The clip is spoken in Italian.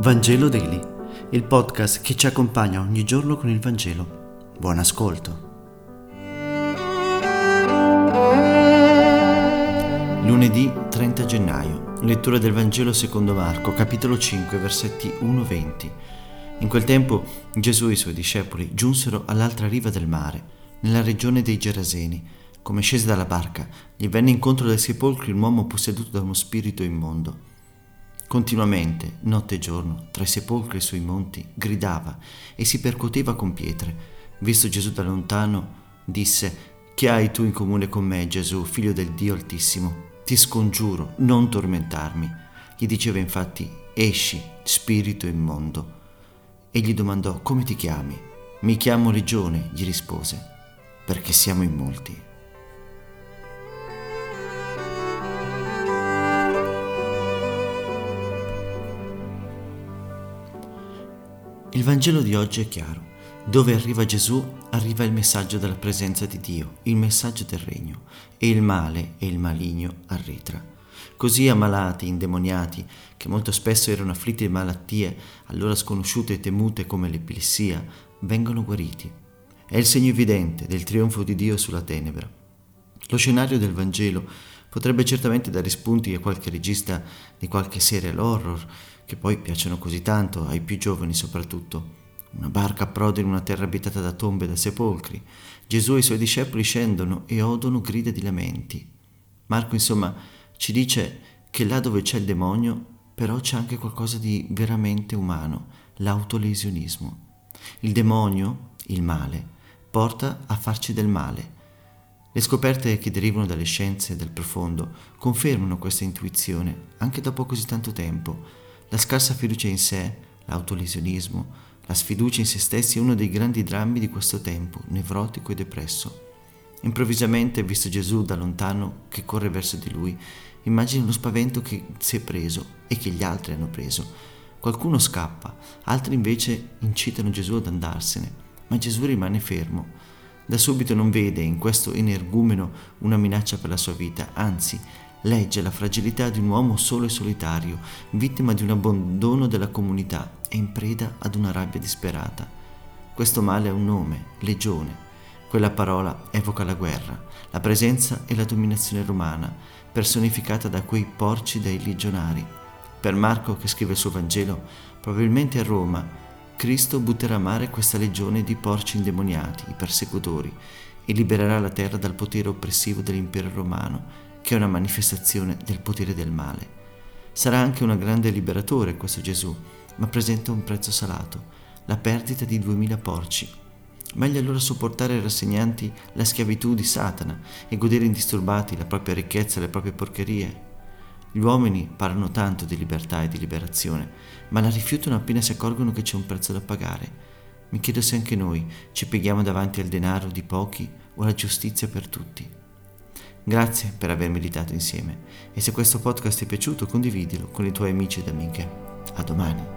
Vangelo Daily, il podcast che ci accompagna ogni giorno con il Vangelo. Buon ascolto. Lunedì 30 gennaio, lettura del Vangelo secondo Marco, capitolo 5, versetti 1-20. In quel tempo Gesù e i suoi discepoli giunsero all'altra riva del mare, nella regione dei Geraseni. Come scese dalla barca, gli venne incontro dai sepolcri un uomo posseduto da uno spirito immondo. Continuamente, notte e giorno, tra i sepolcri e sui monti, gridava e si percuoteva con pietre. Visto Gesù da lontano, disse: «Che hai tu in comune con me, Gesù, figlio del Dio Altissimo? Ti scongiuro, non tormentarmi». Gli diceva infatti: «Esci, spirito immondo». Egli domandò: «Come ti chiami?» «Mi chiamo Legione», gli rispose, «perché siamo in molti». Il Vangelo di oggi è chiaro. Dove arriva Gesù, arriva il messaggio della presenza di Dio, il messaggio del regno, e il male e il maligno arretra. Così ammalati, indemoniati, che molto spesso erano afflitti di malattie, allora sconosciute e temute come l'epilessia, vengono guariti. È il segno evidente del trionfo di Dio sulla tenebra. Lo scenario del Vangelo potrebbe certamente dare spunti a qualche regista di qualche serial horror, che poi piacciono così tanto, ai più giovani soprattutto. Una barca approda in una terra abitata da tombe e da sepolcri. Gesù e i suoi discepoli scendono e odono grida di lamenti. Marco, insomma, ci dice che là dove c'è il demonio, però c'è anche qualcosa di veramente umano, l'autolesionismo. Il demonio, il male, porta a farci del male. Le scoperte che derivano dalle scienze del profondo confermano questa intuizione, anche dopo così tanto tempo. La scarsa fiducia in sé, l'autolesionismo, la sfiducia in se stessi è uno dei grandi drammi di questo tempo, nevrotico e depresso. Improvvisamente, visto Gesù da lontano che corre verso di lui, immagina lo spavento che si è preso e che gli altri hanno preso. Qualcuno scappa, altri invece incitano Gesù ad andarsene, ma Gesù rimane fermo. Da subito non vede in questo energumeno una minaccia per la sua vita, anzi, legge la fragilità di un uomo solo e solitario, vittima di un abbandono della comunità e in preda ad una rabbia disperata. Questo male ha un nome, Legione. Quella parola evoca la guerra, la presenza e la dominazione romana, personificata da quei porci dei legionari. Per Marco, che scrive il suo Vangelo, probabilmente a Roma, Cristo butterà a mare questa legione di porci indemoniati, i persecutori, e libererà la terra dal potere oppressivo dell'impero romano, che è una manifestazione del potere del male. Sarà anche un grande liberatore questo Gesù, ma presenta un prezzo salato, la perdita di 2000 porci. Meglio allora sopportare rassegnanti la schiavitù di Satana e godere indisturbati la propria ricchezza e le proprie porcherie. Gli uomini parlano tanto di libertà e di liberazione, ma la rifiutano appena si accorgono che c'è un prezzo da pagare. Mi chiedo se anche noi ci pieghiamo davanti al denaro di pochi o alla giustizia per tutti. Grazie per aver meditato insieme e se questo podcast ti è piaciuto condividilo con i tuoi amici ed amiche. A domani.